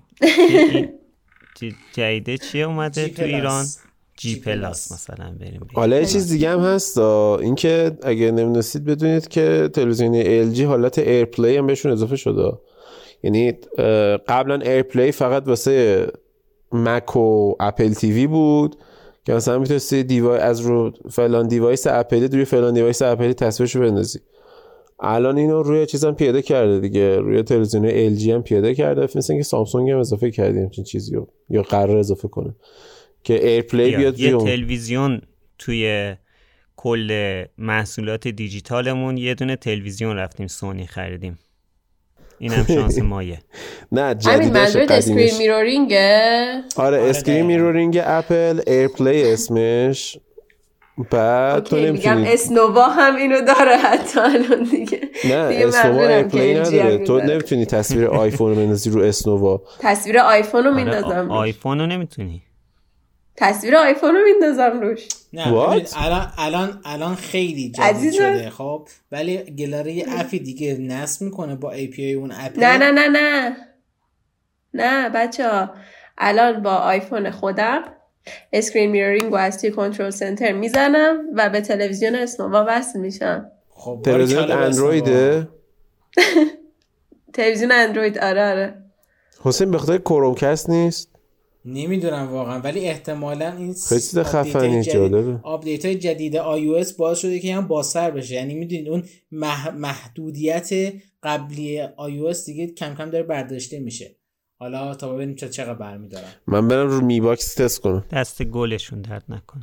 جدیده چیه اومده تو ایران؟ جی پلاس مثلا بریم. حالا یه چیز دیگه هم هست، این که اگه نمی‌دونید بدونید که تلویزیون ال جی حالت ایرپلی هم بهشون اضافه شده. یعنی قبلا ایرپلی فقط واسه مک و اپل تیوی بود که مثلا میتونستی دیوایس از رو فلان دیوایس اپلی روی فلان دیوایس اپلی تصویرشو بندازی. الان اینو روی چیزام پیاده کرده دیگه، روی تلویزیون ال جی هم پیاده کرده. مثلا که سامسونگ هم اضافه کرده همچین چیزی رو یا قرار اضافه کنه که ایرپلی بیاد. یه تلویزیون توی کل محصولات دیجیتالمون یه دونه تلویزیون رفتیم سونی خریدیم. این هم شانس مایه. نه جدیدش قدیمش اسکرین میرورینگه. آره اسکرین میرورینگ اپل، ایرپلی اسمش. بعد تو نمیتونی میگم اسنووا هم اینو داره حتی الان دیگه. نه اسنووا ایرپلی نداره، تو نمیتونی تصویر آیفون رو بندازی رو اسنووا. تصویر آیفون رو میندازم. آیفون رو نمیتونی. تصویر آیفون رو میندازم روش. نه الان الان الان خیلی جدید شده خب، ولی گلاره یه اپی دیگه نصب میکنه با ای پی آی اون اپ. نه نه نه نه نه بچه‌ها، الان با آیفون خودم اسکرین میرورینگ رو از توی کنترل سنتر میزنم و به تلویزیون اسنووا وصل میشم. خب تلویزیون اندرویده؟ تلویزیون اندروید. آره آره. حسین به خاطر کرومکست نیست؟ نمیدونم واقعا، ولی احتمالاً این خیلی خفنی جالبه. آپدیت های جدید آی او اس باعث شده که هم بازتر بشه. یعنی میدونید اون مح... محدودیت قبلی آی او اس دیگه کم کم داره برداشته میشه. حالا تا ببینیم چه چقدر برمی‌دارن. من برم رو می باکس تست کنم. دست گلشون درد نکنه.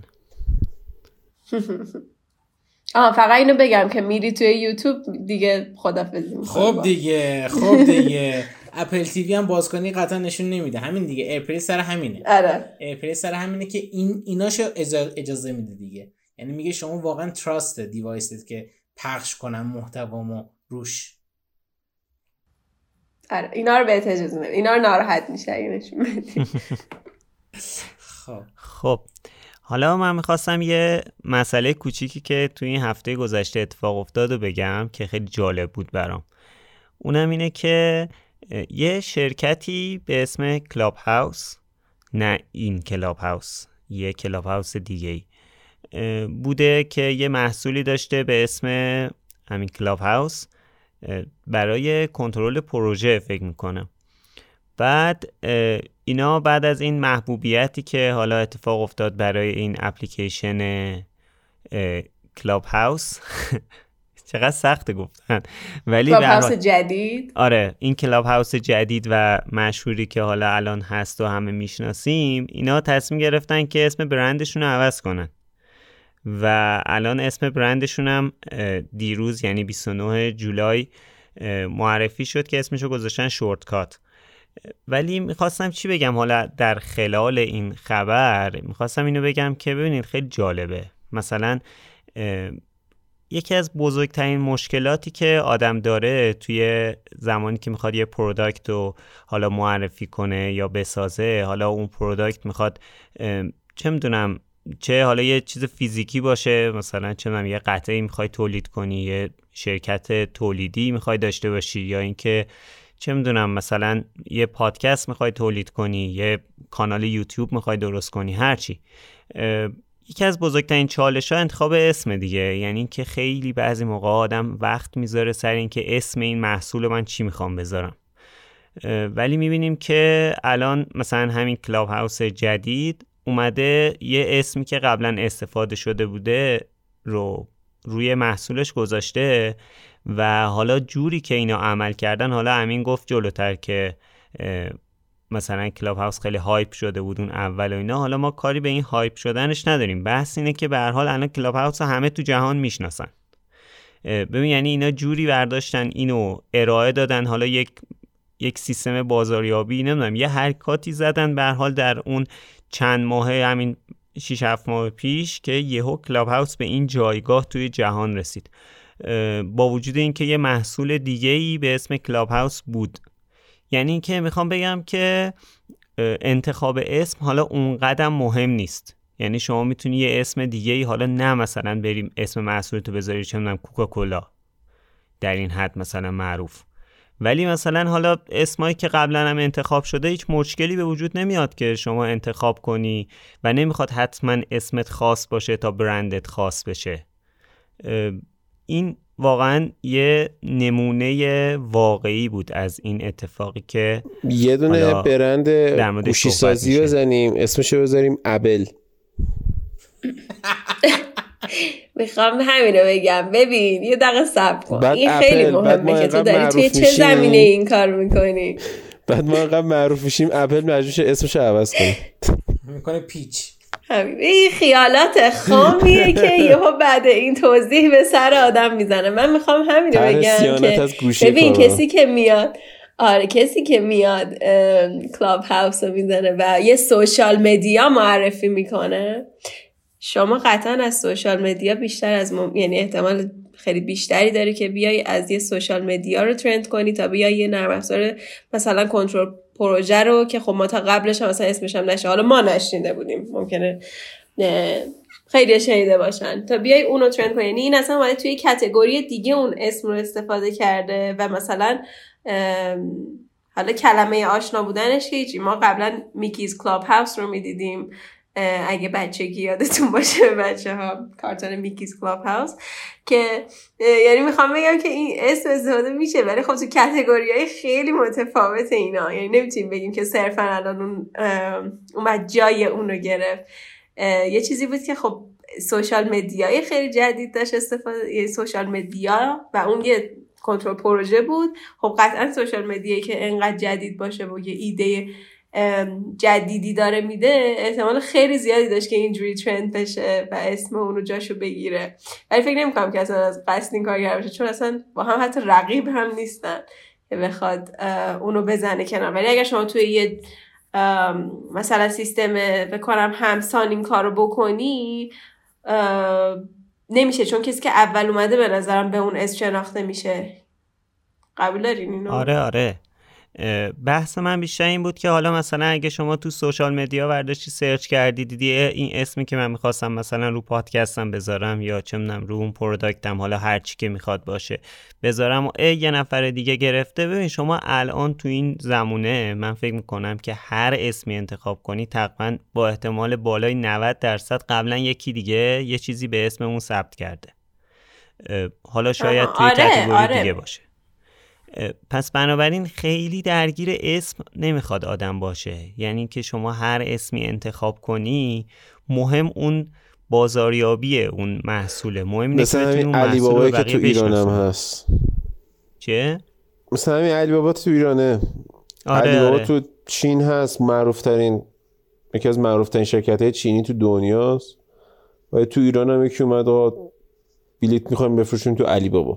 آه فقط اینو بگم که میری توی یوتیوب دیگه خدافظی می‌کنی. خب دیگه خب دیگه اپل تیوی هم باز کنی قطعا نشون نمیده. همین دیگه ایرپلی سر همینه. آره. ایرپلی سر همینه که این ایناشو اجازه میده دیگه. یعنی میگه شما واقعا تراست دیوایست که پخش کنن محتوامو روش. آره اینا رو بهت اجازه نمیده. اینا رو ناراحت میشه اگه نشون بدی. خب خب حالا من میخواستم یه مسئله کوچیکی که توی این هفته گذشته اتفاق افتاد و بگم که خیلی جالب بود برام. اونم اینه که یه شرکتی به اسم کلاب هاوس، نه این کلاب هاوس، یه کلاب هاوس دیگه ای بوده که یه محصولی داشته به اسم همین کلاب هاوس برای کنترل پروژه فکر میکنم. بعد اینا بعد از این محبوبیتی که حالا اتفاق افتاد برای این اپلیکیشن کلاب هاوس چقدر سخته گفتن، ولی کلاب هاوس جدید، آره این کلاب هاوس جدید و مشهوری که حالا الان هست و همه میشناسیم، اینا تصمیم گرفتن که اسم برندشون رو عوض کنن و الان اسم برندشون هم دیروز یعنی بیست و نه جولای معرفی شد که اسمشو گذاشتن شورتکات. ولی میخواستم چی بگم حالا در خلال این خبر، میخواستم اینو بگم که ببینید خیلی جالبه. مثلا یکی از بزرگترین مشکلاتی که آدم داره توی زمانی که میخواد یه پروداکت رو حالا معرفی کنه یا بسازه، حالا اون پروداکت میخواد چه میدونم چه حالا یه چیز فیزیکی باشه، مثلا چه میدونم یه قطعه میخوای تولید کنی، یه شرکت تولیدی میخوای داشته باشی، یا اینکه چه میدونم مثلا یه پادکست میخوای تولید کنی، یه کانال یوتیوب میخوای درست کنی، هرچی. یکی از بزرگترین چالش‌ها انتخاب اسم دیگه. یعنی که خیلی بعضی موقع آدم وقت میذاره سر این که اسم این محصول من چی میخوام بذارم، ولی میبینیم که الان مثلا همین کلاب هاوس جدید اومده یه اسمی که قبلا استفاده شده بوده رو روی محصولش گذاشته و حالا جوری که اینا عمل کردن، حالا امین گفت جلوتر که مثلا کلاب هاوس خیلی هایپ شده بود اون اول و اینا، حالا ما کاری به این هایپ شدنش نداریم، بحث اینه که به هر حال الان کلاب هاوس همه تو جهان میشناسن. ببین یعنی اینا جوری برداشتن اینو ارائه دادن، حالا یک یک سیستم بازاریابی نمیدونم یه حرکاتی زدن به هر حال در اون چند ماه، همین شش هفت ماه پیش، که یهو کلاب هاوس به این جایگاه توی جهان رسید، با وجود اینکه یه محصول دیگه‌ای به اسم کلاب هاوس بود. یعنی اینکه میخوام بگم که انتخاب اسم حالا اونقدر مهم نیست. یعنی شما میتونی یه اسم دیگه‌ای، حالا نه مثلا بریم اسم محصولتو بذاری چه میدونم کوکاکولا در این حد مثلا معروف، ولی مثلا حالا اسمایی که قبلا هم انتخاب شده هیچ مشکلی به وجود نمیاد که شما انتخاب کنی و نمیخواد حتما اسمت خاص باشه تا برندت خاص بشه. این واقعا یه نمونه واقعی بود از این اتفاقی که یه دونه برند گوشی سازی بزنیم اسمشو بذاریم ابل. میخوام همینو بگم. ببین یه دقیقه صبر کن، این خیلی مهمه که تو داری توی چه زمینه این کار میکنی. بعد ما انقدر معروف میشیم اپل مجبور اسمشو عوض کنه، میکنه پیچ. این خیالات خامیه که یهو بعد این توضیح به سر آدم میزنه. من میخوام همینو بگم که ببین کسی که میاد آره کسی که میاد کلاب هاوس رو میزنه و یه سوشال مدیا معرفی میکنه، شما قطعا از سوشال مدیا بیشتر از مم... یعنی احتمال خیلی بیشتری داره که بیای از یه سوشال مدیا رو ترند کنی تا بیای یه نرم افزار مثلا کنترل پروژه رو که خب ما تا قبلش هم مثلا اسمش هم نشه، حالا ما نشنیده بودیم، ممکنه خیلی شنیده باشن، تا بیای اونو ترند کنی. یعنی این اصلا اومده توی کاتگوری دیگه اون اسم رو استفاده کرده و مثلا حالا کلمه آشنا بودنش که هیچی، ما قبلا میکیز کلاب هاوس رو میدیدیم، اگه بچگی یادتون باشه بچه ها، کارتون میکیز کلاب هاوس، که یعنی میخوام بگم که این اسم استفاده میشه ولی خب تو کاتگوری های خیلی متفاوت اینا، یعنی نمیتونیم بگیم که صرفا الان اون اومد جای اون رو گرفت. یه چیزی بود که خب سوشال مدیای خیلی جدید داشت استفاده، یه سوشال مدیا و اون یه کنترل پروژه بود. خب قطعا سوشال مدیایی که انقدر جدید باشه و یه ایده جدیدی داره میده، احتمال خیلی زیادی داشت که اینجوری ترند بشه و اسم اون رو جاشو بگیره، ولی فکر نمی‌کنم که اصلا از قصد این کار کرده باشه، چون اصلا با هم حتی رقیب هم نیستن که بخواد اونو بزنه کنار. ولی اگر شما توی یه مثلا سیستم بکنم همسان این کارو بکنی نمیشه، چون کسی که اول اومده به نظرم به اون اسم شناخته میشه. قبول دارین اینو؟ آره آره. بحث من بیشتر این بود که حالا مثلا اگه شما تو سوشال مدیا ورداشتی سرچ کردی دیدی این اسمی که من میخواستم مثلا رو پادکستم بذارم یا چه میدونم رو اون پروداکتم، حالا هر چی که میخواد باشه بذارم و یه نفر دیگه گرفته، ببین شما الان تو این زمونه من فکر میکنم که هر اسمی انتخاب کنی تقریبا با احتمال بالای نود درصد قبلا یکی دیگه یه چیزی به اسم اون ثبت کرده، حالا شاید توی آره، کاتگوری آره. دیگه باشه. پس بنابراین خیلی درگیر اسم نمیخواد آدم باشه، یعنی که شما هر اسمی انتخاب کنی مهم اون بازاریابیه اون محصوله، مهم اینه که بتونی اون علی محصول بابایی رو که بقیه تو ایران هم بشناسن. هست. چه؟ مثلا همین علی بابا تو ایرانه. آره علی بابا آره. تو چین هست، معروف ترین یکی از معروف ترین شرکت های چینی تو دنیاست، و تو ایران هم یکی اومد آقا بلیت میخوایم بفروشیم تو علی بابا.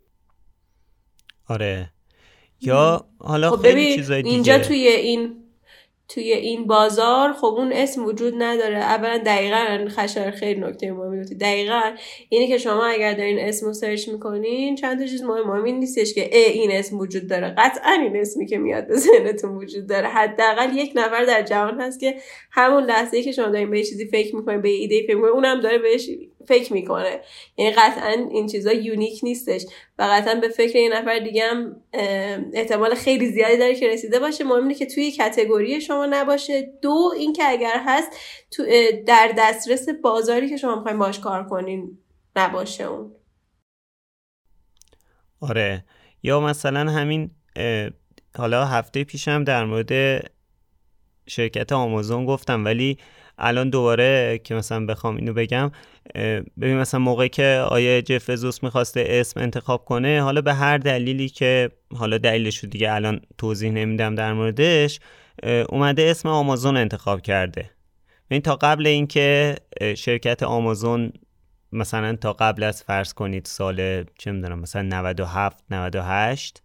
آره. یا حالا خب خیلی چیزای دیگه اینجا توی این توی این بازار خب اون اسم وجود نداره. اولا دقیقاً خشایار خیلی نکته مهمی بود، دقیقاً اینه که شما اگر دارین اسم رو سرچ میکنین چند تا چیز مهم مهم نیستش که ای این اسم وجود داره، قطعاً این اسمی که میاد به ذهنتون وجود داره. حداقل یک نفر در جهان هست که همون لحظه‌ای که شما دارین به چیزی فکر میکنین، به ایده فکر میکنین، اونم داره بهش فکر میکنه. یعنی قطعاً این چیزا یونیک نیستش و قطعاً به فکر یه نفر دیگه هم احتمال خیلی زیادی داره که رسیده باشه. مهم اینه که توی کاتگوری شما نباشه. دو اینکه اگر هست تو در دسترس بازاری که شما می‌خواید باهاش کار کنین نباشه اون. آره. یا مثلا همین حالا هفته پیشم در مورد شرکت آمازون گفتم، ولی الان دوباره که مثلا بخوام اینو بگم، ببین مثلا موقعی که آیه جف بزوس میخواسته اسم انتخاب کنه، حالا به هر دلیلی که حالا دلیلشو دیگه الان توضیح نمیدم در موردش، اومده اسم آمازون انتخاب کرده. این تا قبل اینکه شرکت آمازون مثلا تا قبل از فرض کنید سال چه میدونم مثلا نود و هفت نود و هشت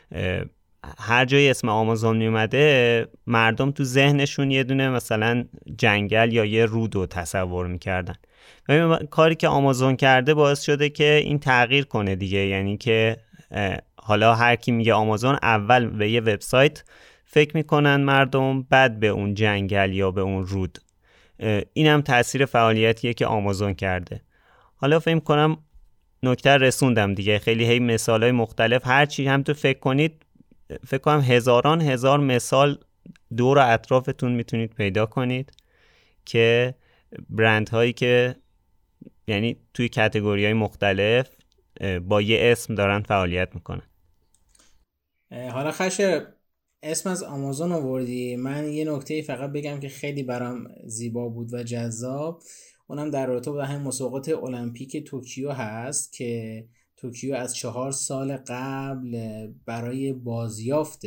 هر جای اسم آمازون می اومده مردم تو ذهنشون یه دونه مثلا جنگل یا یه رودو تصور میکردن. و کاری که آمازون کرده باعث شده که این تغییر کنه دیگه، یعنی که حالا هر کی میگه آمازون اول به یه وبسایت فکر میکنن مردم، بعد به اون جنگل یا به اون رود. اینم تأثیر فعالیتیه که آمازون کرده. حالا فکر کنم نکته رسوندم دیگه، خیلی هی مثالای مختلف هر چی هم تو فکر کنید، فکر کنم هزاران هزار مثال دور و اطرافتون میتونید پیدا کنید که برند هایی که یعنی توی کاتگوری های مختلف با یه اسم دارن فعالیت میکنن. حالا خشه اسم از آمازون آوردی، من یه نکته فقط بگم که خیلی برام زیبا بود و جذاب، اونم در رابطه با همین مسابقات المپیک توکیو هست که توکیو از چهار سال قبل برای بازیافت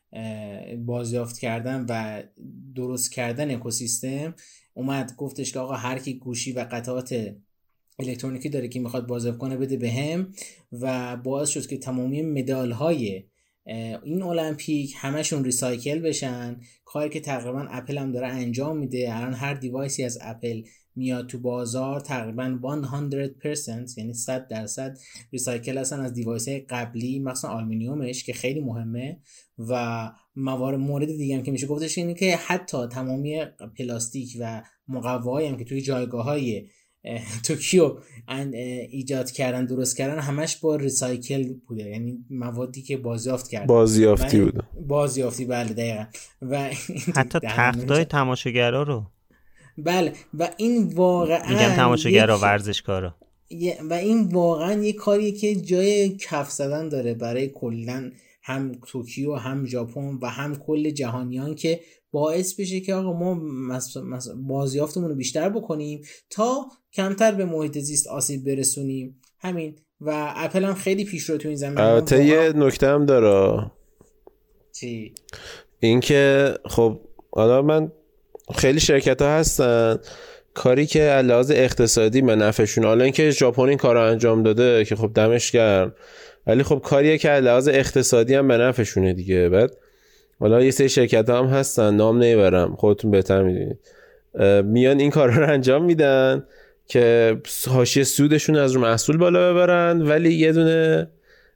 بازیافت کردن و درست کردن اکوسیستم اومد گفتش که آقا هر کی گوشی و قطعات الکترونیکی داره که میخواد بازیافت کنه بده بهم، و باعث شد که تمامی مدال های این المپیک همشون ریسایکل بشن، کاری که تقریبا اپل هم داره انجام میده. الان هر دیوایسی از اپل میاد تو بازار تقریبا صد درصد یعنی صد درصد ریسایکل هستن از دیوایس های قبلی، مثلا آلومینیومش که خیلی مهمه، و موارد مورد دیگه هم که میشه گفتش اینه که حتی تمامی پلاستیک و مقواهایی هم که توی جایگاه‌های توکیو ایجاد کردن درست کردن همش با ریسایکل بوده، یعنی موادی که بازیافت کردن بازیافتی بوده بازیافتی بله دقیقاً. و حتی تختای تماشاگرها رو بله و این واقعا میگم تماشاگرها ورزشکارا و این واقعا یه کاریه که جای کف زدن داره برای کلن هم توکیو هم ژاپن و هم کل جهانیان که باعث بشه که آقا ما مس... مس... بازیافتمون رو بیشتر بکنیم تا کمتر به محیط زیست آسیب برسونیم. همین. و اپل هم خیلی پیشرو تو این زمینه. البته یه نکته هم داره. چی؟ این که خب حالا من خیلی شرکت ها هستن کاری که علاوه اقتصادی به نفعشون، حالا اینکه ژاپن این کارو انجام داده که خب دمش گرم، ولی خب کاریه که علاوه اقتصادی هم به نفعشونه دیگه. بعد حالا یه سری شرکت ها هم هستن نام نمیبرم خودتون بهتر میدونید، میان این کارا رو انجام میدن که حاشیه سودشون از رو محصول بالا ببرن، ولی یه دونه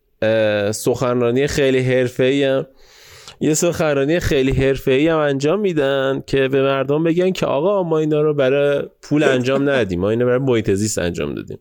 سخنرانی خیلی حرفه‌ای هم یه سخنرانی خیلی حرفه‌ای هم انجام میدن که به مردم بگن که آقا ما اینا رو برای پول انجام ندیم، ما اینا برای محیط زیست انجام دادیم.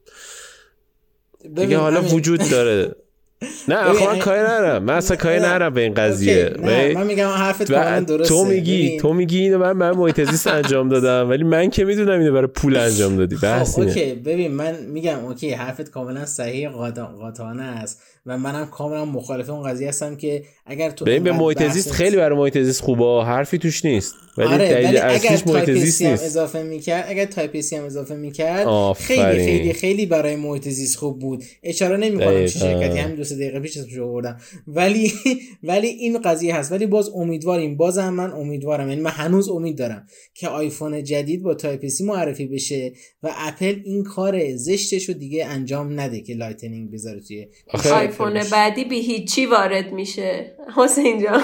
دیگه حالا وجود داره. نه آخه من کاری ندارم، من اصلا کاری ندارم به این قضیه. نه من میگم حرفت کاملا درسته. تو میگی تو میگی اینو من برای محیط زیست انجام دادم، ولی من که میدونم اینو برای پول انجام دادی. بحث اینه. اوکی ببین من میگم اوکی حرفت کاملا صحیح قاطعانه است و منم کاملا مخالف اون قضیه هستم که اگر تو ببین به محیط زیست خیلی برای محیط زیست خوبه، حرفی توش نیست، ولی آره دلیل اصلیش محیط زیست نیست. اضافه میکرد اگر تایپ سی هم اضافه میکرد خیلی خیلی خیلی برای محیط زیست خوب بود. اشاره نمیکنم چه شرکتی، همین دو سه دقیقه پیش اسمش آوردم، ولی ولی این قضیه هست. ولی باز امیدواریم، بازم من امیدوارم، یعنی من هنوز امید دارم که آیفون جدید با تایپ سی معرفی بشه و اپل این کار زشتش رو دیگه انجام نده که لایتنینگ بذاره توی آیفون بعدی بی هیچی وارد میشه حسین جان.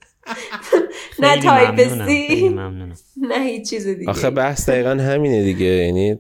نه تایپ سی نه هیچ چیز دیگه. آخه بحث دقیقا همینه دیگه، یعنی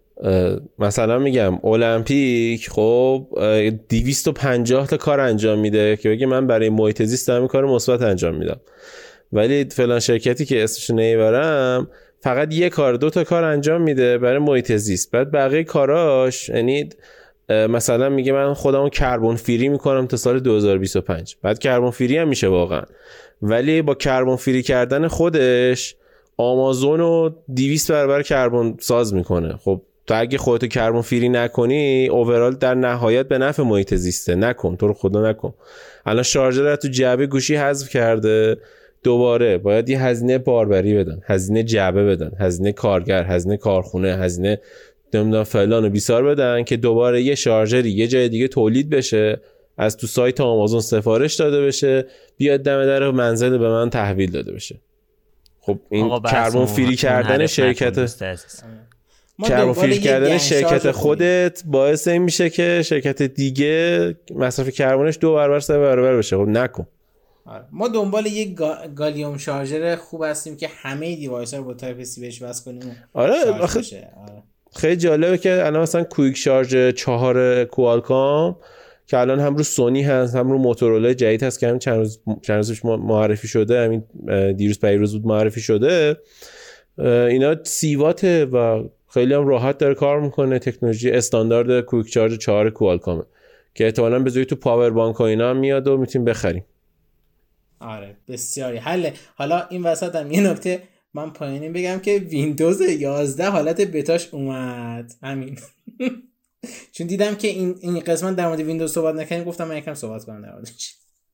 مثلا میگم المپیک خب دویست و پنجاه تا کار انجام میده که بگه من برای محیط زیست همین کار مثبت انجام میدم، ولی فلان شرکتی که اسمش نمیبرم فقط یه کار دو تا کار انجام میده برای محیط زیست، بعد بقیه کاراش یعنی مثلا میگه من خودمو کربن فری میکنم تا سال دو هزار و بیست و پنج، بعد کربن فری هم میشه واقعا، ولی با کربن فری کردن خودش آمازون رو دویست برابر کربن ساز میکنه. خب تو اگه خودتو کربن فری نکنی اوورال در نهایت به نفع محیط زیسته، نکن تو رو خدا نکن. الان شارژر رو تو جعبه گوشی حذف کرده، دوباره باید یه هزینه باربری بدن، هزینه جعبه بدن، هزینه کارگر، هزینه کارخونه، هزینه نمیدونم فلان و بیسار بدن که دوباره یه شارژری یه جای دیگه تولید بشه، از تو سایت آمازون سفارش داده بشه، بیاد دم در منزل به من تحویل داده بشه. خب این کربن فری کردن شرکت کربن فری کردن شرکت خودت باعث این میشه که شرکت دیگه مصرف کربنش دو برابر سه برابر بشه. خب نکن. ما دنبال یک گا... گالیوم شارژر خوب هستیم که همه دیوایس‌ها رو با تایپ سی بهش وصل کنیم. آره آخه آره. خیلی جالبه که الان مثلا کویک شارژ چهار کوالکام که الان هم رو سونی هست هم رو موتورولا جدید هست که همین چند روز چند روزش معرفی شده، همین دیروز پیروز بود معرفی شده، اینا سی واته و خیلی هم راحت داره کار میکنه. تکنولوژی استاندارد کویک شارژ چهار کوالکامه که احتمالاً به جای تو پاور بانک و اینا هم میاد و میتونیم بخریم. آره بسیاری حله. حالا این وسط هم یه نکته من پایینی بگم که ویندوز یازده حالت بتاش اومد. همین چون دیدم که این این قسمت در مورد ویندوز صحبت نکنیم، گفتم من یکم صحبت کنم در موردش.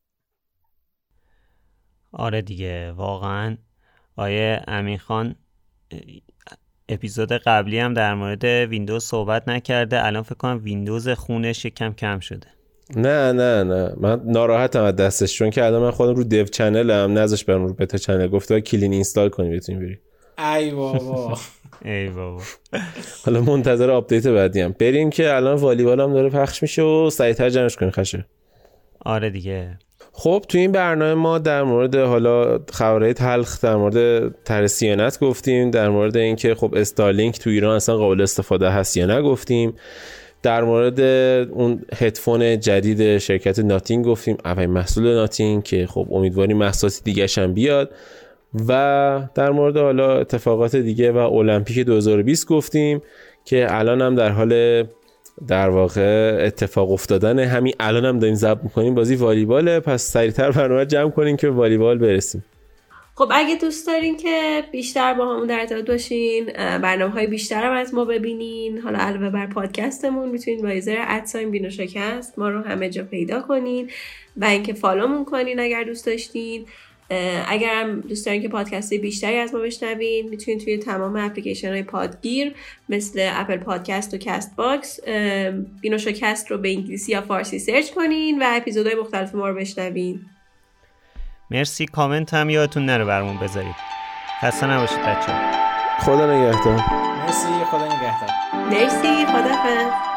آره دیگه واقعا آیه امین خان اپیزود قبلی هم در مورد ویندوز صحبت نکرده، الان فکر کنم ویندوز خونش یکم کم شده. نه نه نه من ناراحتم از دستش، چون که الان من خودم رو دیو چنلم نذاش برام رو بتا چنل، گفته کلین اینستال کنی بتونی بری. ای بابا ای بابا. حالا منتظر آپدیت بعدی ام بریم که الان والیبال هم داره پخش میشه و سریعتر جمعش کنیم خشه. آره دیگه. خب تو این برنامه ما در مورد حالا خبرهای تلخ در مورد طرح صیانت گفتیم، در مورد اینکه خب استارلینک تو ایران اصلا قابل استفاده هست یا نه گفتیم، در مورد اون هدفون جدید شرکت ناتینگ گفتیم، اولین محصول ناتینگ که خب امیدواریم محصولات دیگه‌ش هم بیاد، و در مورد حالا اتفاقات دیگه و المپیک دو هزار و بیست گفتیم که الان هم در حال در واقع اتفاق افتادن، همین الان هم داریم ضبط می‌کنیم بازی والیباله، پس سریعتر برنامه جمع کنیم که والیبال برسیم. خب اگه دوست دارین که بیشتر با همون در ارتباط باشین، برنامه‌های بیشتر هم از ما ببینین، حالا علاوه بر پادکستمون میتونین با یوزر ادساین بینوشکست ما رو همه جا پیدا کنین و اینکه فالومون کنین اگر دوست داشتین. اگر هم دوست دارین که پادکست بیشتری از ما بشنوین، میتونین توی تمام اپلیکیشن های پادگیر مثل اپل پادکست و کست باکس بینوشکست رو به انگلیسی یا فارسی سرچ کنین و اپیزودهای مختلف ما رو بشنوین. مرسی. کامنت هم یادتون نره برامون بذارید. خسته نباشید بچه‌ها. خدا نگهدار. مرسی. خدا نگهدار. مرسی. خداحافظ.